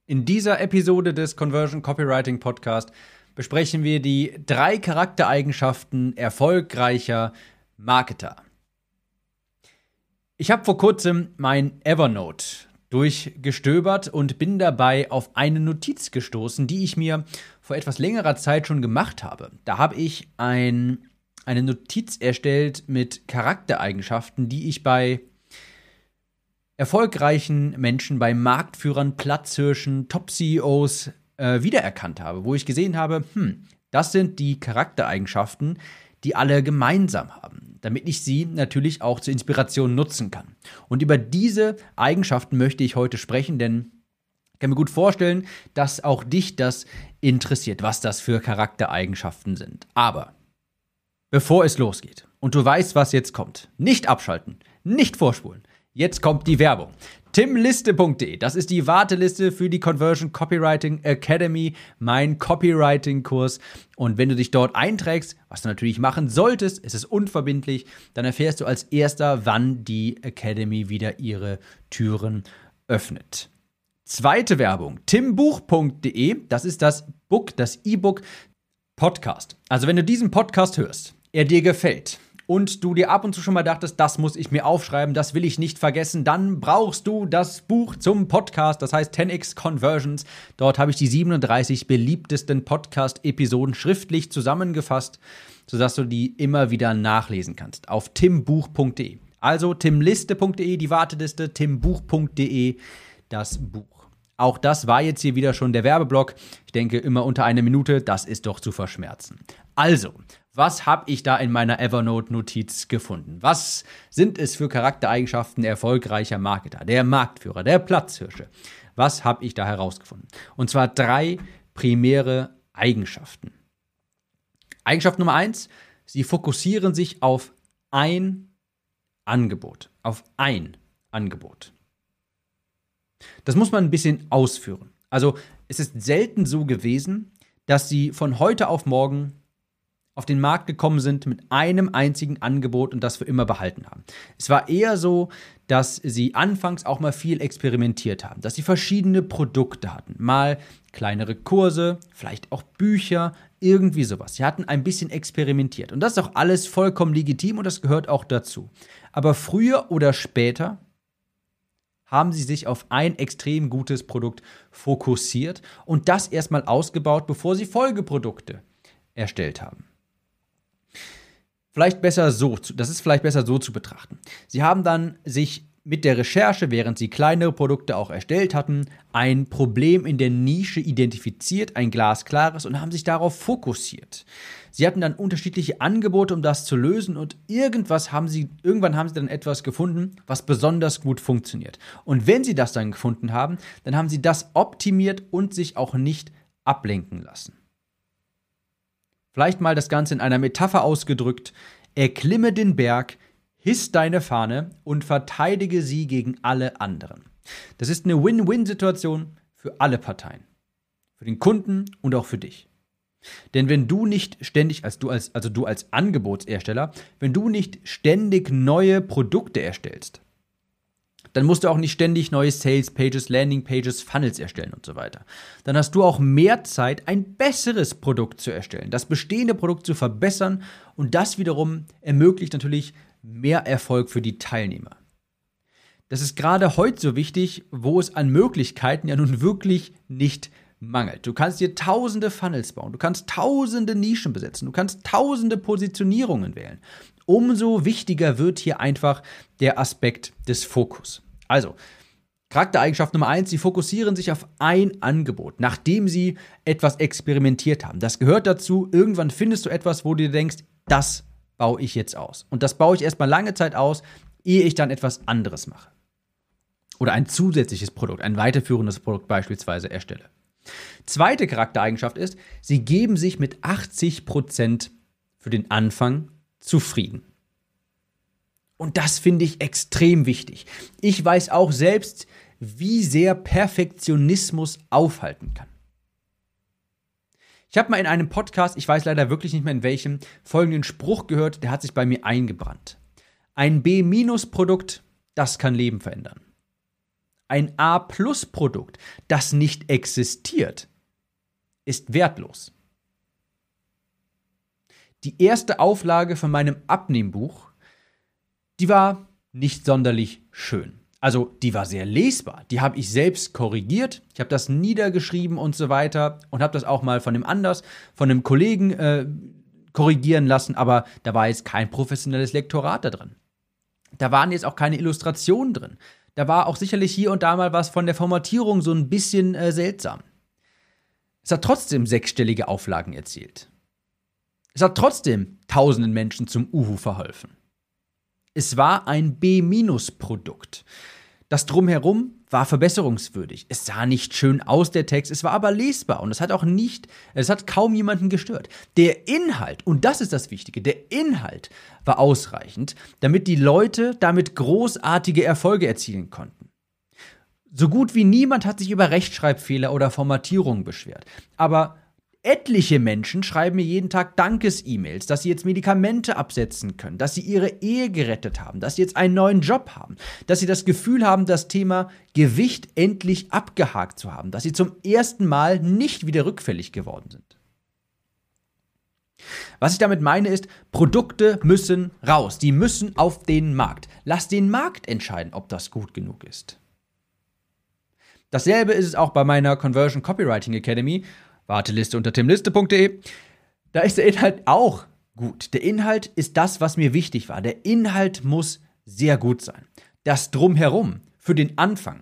In dieser Episode des Conversion Copywriting Podcast besprechen wir die 3 Charaktereigenschaften erfolgreicher Marketer. Ich habe vor kurzem mein Evernote durchgestöbert und bin dabei auf eine Notiz gestoßen, die ich mir vor etwas längerer Zeit schon gemacht habe. Da habe ich eine Notiz erstellt mit Charaktereigenschaften, die ich bei erfolgreichen Menschen, bei Marktführern, Platzhirschen, Top-CEOs wiedererkannt habe, wo ich gesehen habe, das sind die Charaktereigenschaften, die alle gemeinsam haben, damit ich sie natürlich auch zur Inspiration nutzen kann. Und über diese Eigenschaften möchte ich heute sprechen, denn ich kann mir gut vorstellen, dass auch dich das interessiert, was das für Charaktereigenschaften sind. Aber bevor es losgeht und du weißt, was jetzt kommt, nicht abschalten, nicht vorspulen. Jetzt kommt die Werbung. timliste.de, das ist die Warteliste für die Conversion Copywriting Academy, mein Copywriting-Kurs. Und wenn du dich dort einträgst, was du natürlich machen solltest, es ist unverbindlich, dann erfährst du als erster, wann die Academy wieder ihre Türen öffnet. Zweite Werbung, timbuch.de, das ist das E-Book Podcast. Also wenn du diesen Podcast hörst, er dir gefällt, und du dir ab und zu schon mal dachtest, das muss ich mir aufschreiben, das will ich nicht vergessen, dann brauchst du das Buch zum Podcast, das heißt 10x Conversions. Dort habe ich die 37 beliebtesten Podcast-Episoden schriftlich zusammengefasst, sodass du die immer wieder nachlesen kannst auf timbuch.de. Also timliste.de, die Warteliste, timbuch.de, das Buch. Auch das war jetzt hier wieder schon der Werbeblock. Ich denke, immer unter 1 Minute, das ist doch zu verschmerzen. Also, was habe ich da in meiner Evernote-Notiz gefunden? Was sind es für Charaktereigenschaften erfolgreicher Marketer, der Marktführer, der Platzhirsche? Was habe ich da herausgefunden? Und zwar 3 primäre Eigenschaften. Eigenschaft Nummer 1, sie fokussieren sich auf ein Angebot. Auf ein Angebot. Das muss man ein bisschen ausführen. Also es ist selten so gewesen, dass sie von heute auf morgen auf den Markt gekommen sind mit einem einzigen Angebot und das für immer behalten haben. Es war eher so, dass sie anfangs auch mal viel experimentiert haben, dass sie verschiedene Produkte hatten, mal kleinere Kurse, vielleicht auch Bücher, irgendwie sowas. Sie hatten ein bisschen experimentiert und das ist auch alles vollkommen legitim und das gehört auch dazu. Aber früher oder später haben sie sich auf ein extrem gutes Produkt fokussiert und das erstmal ausgebaut, bevor sie Folgeprodukte erstellt haben. Das ist vielleicht besser so zu betrachten. Sie haben dann sich mit der Recherche, während sie kleinere Produkte auch erstellt hatten, ein Problem in der Nische identifiziert, ein glasklares, und haben sich darauf fokussiert. Sie hatten dann unterschiedliche Angebote, um das zu lösen, und irgendwann haben sie dann etwas gefunden, was besonders gut funktioniert. Und wenn sie das dann gefunden haben, dann haben sie das optimiert und sich auch nicht ablenken lassen. Vielleicht mal das Ganze in einer Metapher ausgedrückt: Erklimme den Berg, hiss deine Fahne und verteidige sie gegen alle anderen. Das ist eine Win-Win-Situation für alle Parteien. Für den Kunden und auch für dich. Denn wenn du nicht ständig, du als Angebotsersteller, wenn du nicht ständig neue Produkte erstellst, dann musst du auch nicht ständig neue Sales-Pages, Landing-Pages, Funnels erstellen und so weiter. Dann hast du auch mehr Zeit, ein besseres Produkt zu erstellen, das bestehende Produkt zu verbessern, und das wiederum ermöglicht natürlich mehr Erfolg für die Teilnehmer. Das ist gerade heute so wichtig, wo es an Möglichkeiten ja nun wirklich nicht mangelt. Du kannst dir tausende Funnels bauen, du kannst tausende Nischen besetzen, du kannst tausende Positionierungen wählen. Umso wichtiger wird hier einfach der Aspekt des Fokus. Also, Charaktereigenschaft Nummer 1, sie fokussieren sich auf ein Angebot, nachdem sie etwas experimentiert haben. Das gehört dazu. Irgendwann findest du etwas, wo du dir denkst, das baue ich jetzt aus. Und das baue ich erstmal lange Zeit aus, ehe ich dann etwas anderes mache. Oder ein zusätzliches Produkt, ein weiterführendes Produkt beispielsweise erstelle. Zweite Charaktereigenschaft ist, sie geben sich mit 80% für den Anfang zufrieden. Und das finde ich extrem wichtig. Ich weiß auch selbst, wie sehr Perfektionismus aufhalten kann. Ich habe mal in einem Podcast, ich weiß leider wirklich nicht mehr in welchem, folgenden Spruch gehört, der hat sich bei mir eingebrannt. Ein B-Produkt, das kann Leben verändern. Ein A-Plus-Produkt, das nicht existiert, ist wertlos. Die erste Auflage von meinem Abnehmbuch, die war nicht sonderlich schön. Also die war sehr lesbar, die habe ich selbst korrigiert, ich habe das niedergeschrieben und so weiter und habe das auch mal von einem Kollegen korrigieren lassen, aber da war jetzt kein professionelles Lektorat da drin. Da waren jetzt auch keine Illustrationen drin. Da war auch sicherlich hier und da mal was von der Formatierung so ein bisschen seltsam. Es hat trotzdem 6-stellige Auflagen erzielt. Es hat trotzdem tausenden Menschen zum Uhu verholfen. Es war ein B-Produkt. Das Drumherum war verbesserungswürdig. Es sah nicht schön aus, der Text, es war aber lesbar und es hat kaum jemanden gestört. Der Inhalt, und das ist das Wichtige, der Inhalt war ausreichend, damit die Leute damit großartige Erfolge erzielen konnten. So gut wie niemand hat sich über Rechtschreibfehler oder Formatierungen beschwert. Aber etliche Menschen schreiben mir jeden Tag Dankes-E-Mails, dass sie jetzt Medikamente absetzen können, dass sie ihre Ehe gerettet haben, dass sie jetzt einen neuen Job haben, dass sie das Gefühl haben, das Thema Gewicht endlich abgehakt zu haben, dass sie zum ersten Mal nicht wieder rückfällig geworden sind. Was ich damit meine ist, Produkte müssen raus, die müssen auf den Markt. Lass den Markt entscheiden, ob das gut genug ist. Dasselbe ist es auch bei meiner Conversion Copywriting Academy. Warteliste unter timliste.de. Da ist der Inhalt auch gut. Der Inhalt ist das, was mir wichtig war. Der Inhalt muss sehr gut sein. Das Drumherum, für den Anfang,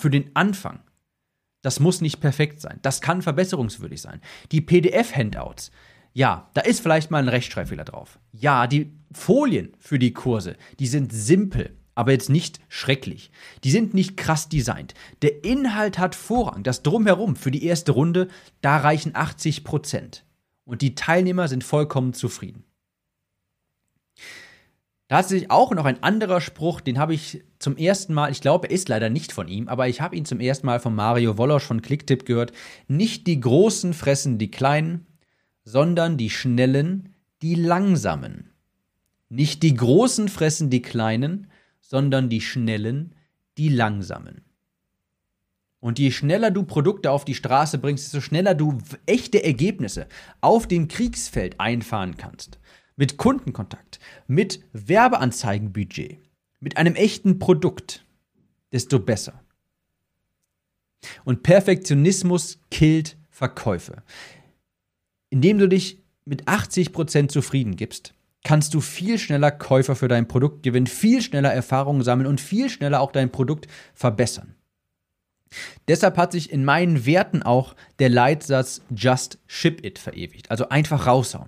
das muss nicht perfekt sein. Das kann verbesserungswürdig sein. Die PDF-Handouts, ja, da ist vielleicht mal ein Rechtschreibfehler drauf. Ja, die Folien für die Kurse, die sind simpel, aber jetzt nicht schrecklich. Die sind nicht krass designt. Der Inhalt hat Vorrang. Das Drumherum für die erste Runde, da reichen 80%. Und die Teilnehmer sind vollkommen zufrieden. Da hat sich auch noch ein anderer Spruch, den habe ich zum ersten Mal, ich glaube, er ist leider nicht von ihm, aber ich habe ihn zum ersten Mal von Mario Wolosch von Clicktip gehört. Nicht die Großen fressen die Kleinen, sondern die Schnellen die Langsamen. Nicht die Großen fressen die Kleinen, sondern die Schnellen, die Langsamen. Und je schneller du Produkte auf die Straße bringst, desto schneller du echte Ergebnisse auf dem Kriegsfeld einfahren kannst. Mit Kundenkontakt, mit Werbeanzeigenbudget, mit einem echten Produkt, desto besser. Und Perfektionismus killt Verkäufe. Indem du dich mit 80% zufrieden gibst, kannst du viel schneller Käufer für dein Produkt gewinnen, viel schneller Erfahrungen sammeln und viel schneller auch dein Produkt verbessern. Deshalb hat sich in meinen Werten auch der Leitsatz Just Ship It verewigt, also einfach raushauen.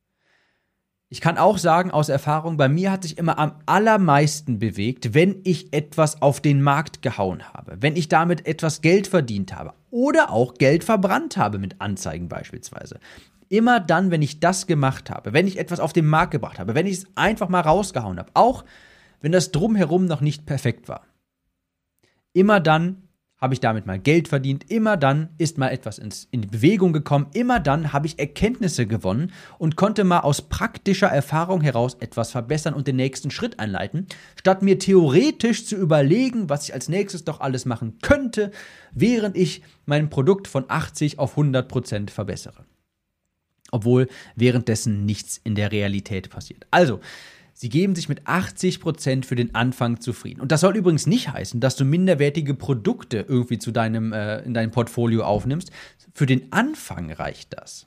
Ich kann auch sagen aus Erfahrung, bei mir hat sich immer am allermeisten bewegt, wenn ich etwas auf den Markt gehauen habe, wenn ich damit etwas Geld verdient habe oder auch Geld verbrannt habe mit Anzeigen beispielsweise. Immer dann, wenn ich das gemacht habe, wenn ich etwas auf den Markt gebracht habe, wenn ich es einfach mal rausgehauen habe, auch wenn das Drumherum noch nicht perfekt war. Immer dann habe ich damit mal Geld verdient, immer dann ist mal etwas in die Bewegung gekommen, immer dann habe ich Erkenntnisse gewonnen und konnte mal aus praktischer Erfahrung heraus etwas verbessern und den nächsten Schritt einleiten, statt mir theoretisch zu überlegen, was ich als nächstes doch alles machen könnte, während ich mein Produkt von 80 auf 100% verbessere. Obwohl währenddessen nichts in der Realität passiert. Also, sie geben sich mit 80% für den Anfang zufrieden. Und das soll übrigens nicht heißen, dass du minderwertige Produkte irgendwie in dein Portfolio aufnimmst. Für den Anfang reicht das.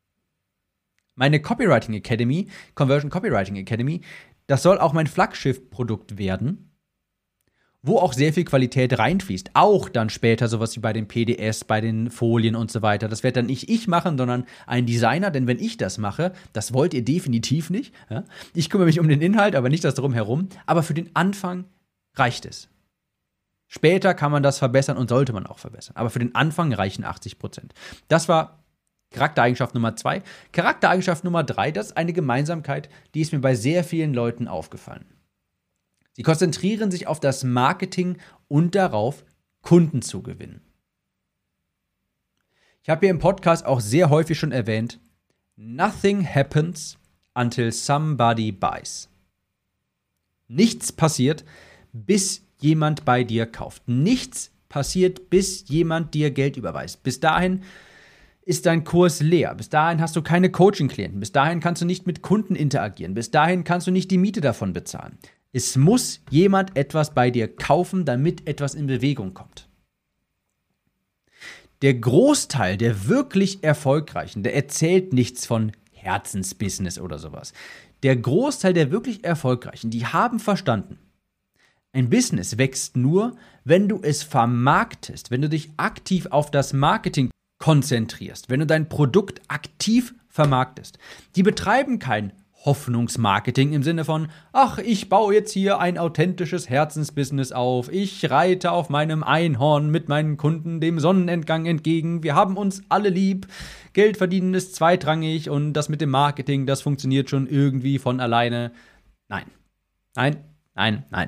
Meine Copywriting Academy, Conversion Copywriting Academy, das soll auch mein Flaggschiff-Produkt werden, wo auch sehr viel Qualität reinfließt. Auch dann später sowas wie bei den PDFs, bei den Folien und so weiter. Das wird dann nicht ich machen, sondern ein Designer. Denn wenn ich das mache, das wollt ihr definitiv nicht. Ja? Ich kümmere mich um den Inhalt, aber nicht das Drumherum. Aber für den Anfang reicht es. Später kann man das verbessern und sollte man auch verbessern. Aber für den Anfang reichen 80%. Das war Charaktereigenschaft Nummer 2. Charaktereigenschaft Nummer 3, das ist eine Gemeinsamkeit, die ist mir bei sehr vielen Leuten aufgefallen. Sie konzentrieren sich auf das Marketing und darauf, Kunden zu gewinnen. Ich habe hier im Podcast auch sehr häufig schon erwähnt, nothing happens until somebody buys. Nichts passiert, bis jemand bei dir kauft. Nichts passiert, bis jemand dir Geld überweist. Bis dahin ist dein Kurs leer. Bis dahin hast du keine Coaching-Klienten. Bis dahin kannst du nicht mit Kunden interagieren. Bis dahin kannst du nicht die Miete davon bezahlen. Es muss jemand etwas bei dir kaufen, damit etwas in Bewegung kommt. Der Großteil der wirklich Erfolgreichen, der erzählt nichts von Herzensbusiness oder sowas. Der Großteil der wirklich Erfolgreichen, die haben verstanden, ein Business wächst nur, wenn du es vermarktest, wenn du dich aktiv auf das Marketing konzentrierst, wenn du dein Produkt aktiv vermarktest. Die betreiben kein Hoffnungsmarketing im Sinne von, ach, ich baue jetzt hier ein authentisches Herzensbusiness auf, ich reite auf meinem Einhorn mit meinen Kunden dem Sonnenentgang entgegen, wir haben uns alle lieb, Geld verdienen ist zweitrangig und das mit dem Marketing, das funktioniert schon irgendwie von alleine. Nein, nein, nein, nein.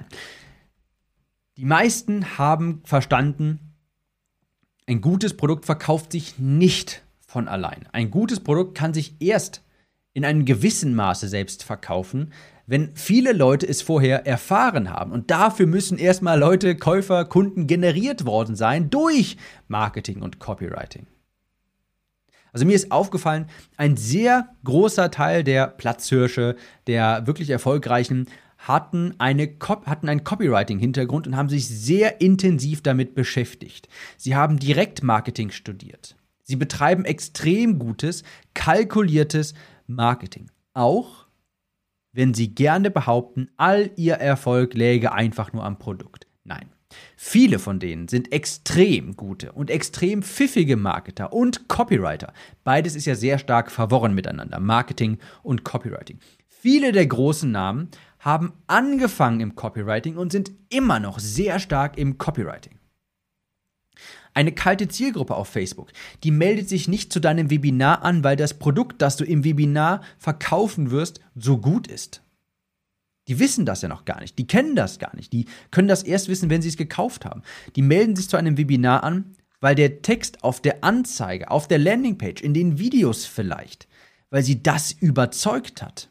Die meisten haben verstanden, ein gutes Produkt verkauft sich nicht von allein. Ein gutes Produkt kann sich erst in einem gewissen Maße selbst verkaufen, wenn viele Leute es vorher erfahren haben. Und dafür müssen erstmal Leute, Käufer, Kunden generiert worden sein durch Marketing und Copywriting. Also mir ist aufgefallen, ein sehr großer Teil der Platzhirsche, der wirklich Erfolgreichen, hatten einen Copywriting-Hintergrund und haben sich sehr intensiv damit beschäftigt. Sie haben Direktmarketing studiert. Sie betreiben extrem gutes, kalkuliertes Marketing. Auch wenn sie gerne behaupten, all ihr Erfolg läge einfach nur am Produkt. Nein. Viele von denen sind extrem gute und extrem pfiffige Marketer und Copywriter. Beides ist ja sehr stark verworren miteinander, Marketing und Copywriting. Viele der großen Namen haben angefangen im Copywriting und sind immer noch sehr stark im Copywriting. Eine kalte Zielgruppe auf Facebook, die meldet sich nicht zu deinem Webinar an, weil das Produkt, das du im Webinar verkaufen wirst, so gut ist. Die wissen das ja noch gar nicht, die kennen das gar nicht, die können das erst wissen, wenn sie es gekauft haben. Die melden sich zu einem Webinar an, weil der Text auf der Anzeige, auf der Landingpage, in den Videos vielleicht, weil sie das überzeugt hat.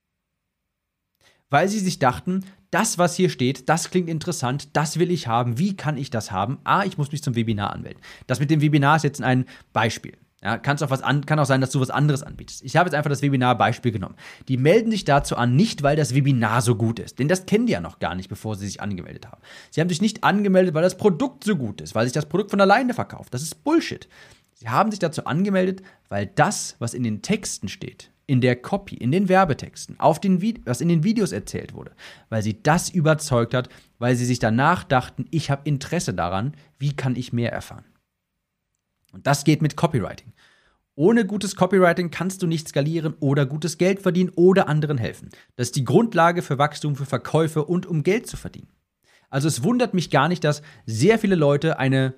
Weil sie sich dachten, das, was hier steht, das klingt interessant, das will ich haben, wie kann ich das haben? Ich muss mich zum Webinar anmelden. Das mit dem Webinar ist jetzt ein Beispiel. Ja, kann auch sein, dass du was anderes anbietest. Ich habe jetzt einfach das Webinar-Beispiel genommen. Die melden sich dazu an, nicht weil das Webinar so gut ist, denn das kennen die ja noch gar nicht, bevor sie sich angemeldet haben. Sie haben sich nicht angemeldet, weil das Produkt so gut ist, weil sich das Produkt von alleine verkauft. Das ist Bullshit. Sie haben sich dazu angemeldet, weil das, was in den Texten steht, in der Copy, in den Werbetexten, was in den Videos erzählt wurde, weil sie das überzeugt hat, weil sie sich danach dachten, ich habe Interesse daran, wie kann ich mehr erfahren? Und das geht mit Copywriting. Ohne gutes Copywriting kannst du nicht skalieren oder gutes Geld verdienen oder anderen helfen. Das ist die Grundlage für Wachstum, für Verkäufe und um Geld zu verdienen. Also es wundert mich gar nicht, dass sehr viele Leute eine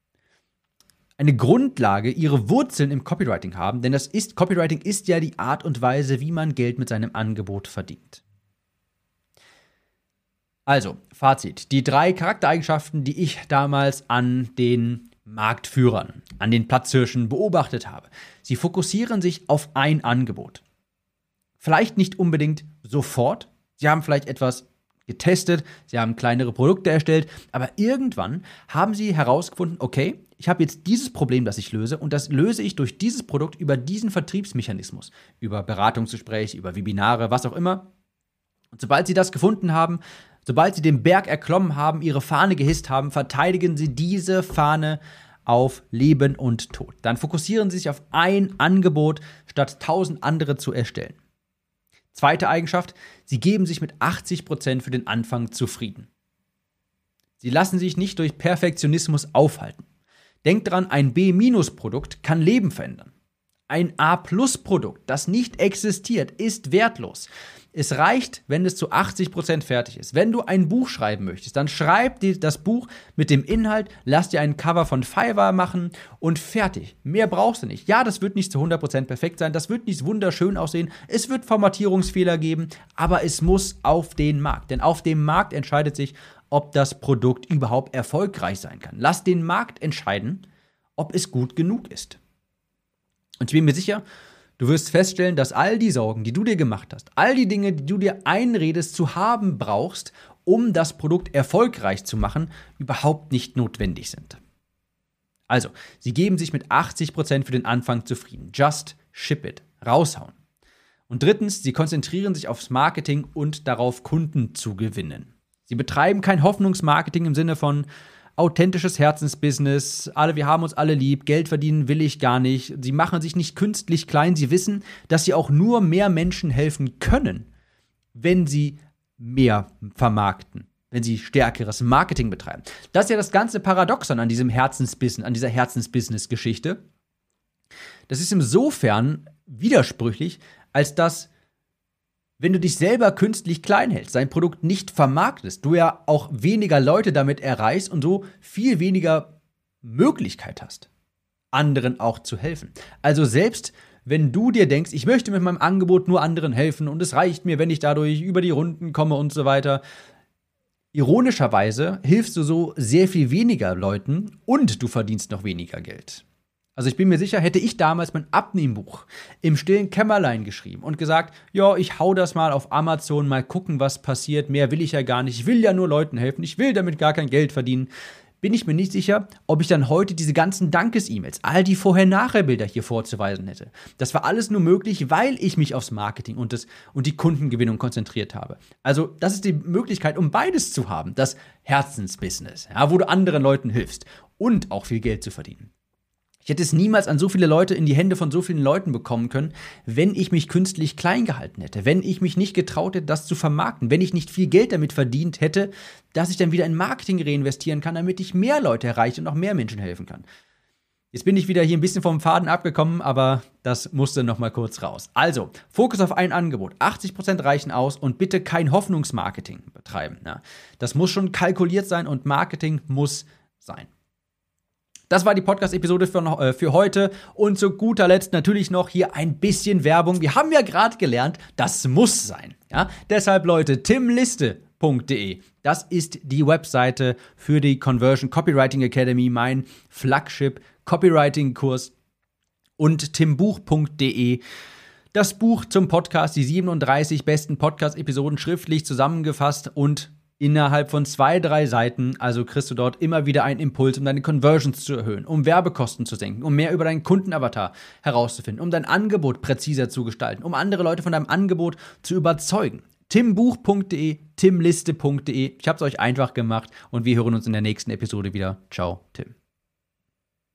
Grundlage, ihre Wurzeln im Copywriting haben, denn Copywriting ist ja die Art und Weise, wie man Geld mit seinem Angebot verdient. Also, Fazit. Die 3 Charaktereigenschaften, die ich damals an den Marktführern, an den Platzhirschen beobachtet habe. Sie fokussieren sich auf ein Angebot. Vielleicht nicht unbedingt sofort. Sie haben vielleicht etwas getestet, sie haben kleinere Produkte erstellt, aber irgendwann haben sie herausgefunden, okay, ich habe jetzt dieses Problem, das ich löse und das löse ich durch dieses Produkt über diesen Vertriebsmechanismus, über Beratungsgespräche, über Webinare, was auch immer. Und sobald sie das gefunden haben, sobald sie den Berg erklommen haben, ihre Fahne gehisst haben, verteidigen sie diese Fahne auf Leben und Tod. Dann fokussieren sie sich auf ein Angebot, statt 1000 andere zu erstellen. Zweite Eigenschaft, sie geben sich mit 80% für den Anfang zufrieden. Sie lassen sich nicht durch Perfektionismus aufhalten. Denkt dran, ein B-Produkt kann Leben verändern. Ein A-Produkt, das nicht existiert, ist wertlos. Es reicht, wenn es zu 80% fertig ist. Wenn du ein Buch schreiben möchtest, dann schreib dir das Buch mit dem Inhalt, lass dir ein Cover von Fiverr machen und fertig. Mehr brauchst du nicht. Ja, das wird nicht zu 100% perfekt sein, das wird nicht wunderschön aussehen, es wird Formatierungsfehler geben, aber es muss auf den Markt. Denn auf dem Markt entscheidet sich, ob das Produkt überhaupt erfolgreich sein kann. Lass den Markt entscheiden, ob es gut genug ist. Und ich bin mir sicher, Du wirst feststellen, dass all die Sorgen, die du dir gemacht hast, all die Dinge, die du dir einredest zu haben brauchst, um das Produkt erfolgreich zu machen, überhaupt nicht notwendig sind. Also, sie geben sich mit 80% für den Anfang zufrieden. Just ship it. Raushauen. Und drittens, sie konzentrieren sich aufs Marketing und darauf, Kunden zu gewinnen. Sie betreiben kein Hoffnungsmarketing im Sinne von authentisches Herzensbusiness, wir haben uns alle lieb, Geld verdienen will ich gar nicht. Sie machen sich nicht künstlich klein. Sie wissen, dass sie auch nur mehr Menschen helfen können, wenn sie mehr vermarkten, wenn sie stärkeres Marketing betreiben. Das ist ja das ganze Paradoxon an diesem Herzensbusiness, an dieser Herzensbusiness-Geschichte. Das ist insofern widersprüchlich, als dass, wenn du dich selber künstlich klein hältst, dein Produkt nicht vermarktest, du ja auch weniger Leute damit erreichst und so viel weniger Möglichkeit hast, anderen auch zu helfen. Also selbst wenn du dir denkst, ich möchte mit meinem Angebot nur anderen helfen und es reicht mir, wenn ich dadurch über die Runden komme und so weiter, ironischerweise hilfst du so sehr viel weniger Leuten und du verdienst noch weniger Geld. Also ich bin mir sicher, hätte ich damals mein Abnehmbuch im stillen Kämmerlein geschrieben und gesagt, ja, ich hau das mal auf Amazon, mal gucken, was passiert, mehr will ich ja gar nicht, ich will ja nur Leuten helfen, ich will damit gar kein Geld verdienen, bin ich mir nicht sicher, ob ich dann heute diese ganzen Dankes-E-Mails, all die Vorher-Nachher-Bilder hier vorzuweisen hätte. Das war alles nur möglich, weil ich mich aufs Marketing und die Kundengewinnung konzentriert habe. Also das ist die Möglichkeit, um beides zu haben, das Herzensbusiness, ja, wo du anderen Leuten hilfst und auch viel Geld zu verdienen. Ich hätte es niemals an so viele Leute in die Hände von so vielen Leuten bekommen können, wenn ich mich künstlich klein gehalten hätte, wenn ich mich nicht getraut hätte, das zu vermarkten, wenn ich nicht viel Geld damit verdient hätte, dass ich dann wieder in Marketing reinvestieren kann, damit ich mehr Leute erreiche und auch mehr Menschen helfen kann. Jetzt bin ich wieder hier ein bisschen vom Faden abgekommen, aber das musste noch mal kurz raus. Also, Fokus auf ein Angebot. 80% reichen aus und bitte kein Hoffnungsmarketing betreiben. Ja, das muss schon kalkuliert sein und Marketing muss sein. Das war die Podcast-Episode für heute. Und zu guter Letzt natürlich noch hier ein bisschen Werbung. Wir haben ja gerade gelernt, das muss sein. Ja? Deshalb, Leute, timliste.de. Das ist die Webseite für die Conversion Copywriting Academy, mein Flagship-Copywriting-Kurs. Und timbuch.de. Das Buch zum Podcast, die 37 besten Podcast-Episoden schriftlich zusammengefasst und innerhalb von 2-3 Seiten, also kriegst du dort immer wieder einen Impuls, um deine Conversions zu erhöhen, um Werbekosten zu senken, um mehr über deinen Kundenavatar herauszufinden, um dein Angebot präziser zu gestalten, um andere Leute von deinem Angebot zu überzeugen. timbuch.de, timliste.de. Ich habe es euch einfach gemacht und wir hören uns in der nächsten Episode wieder. Ciao, Tim.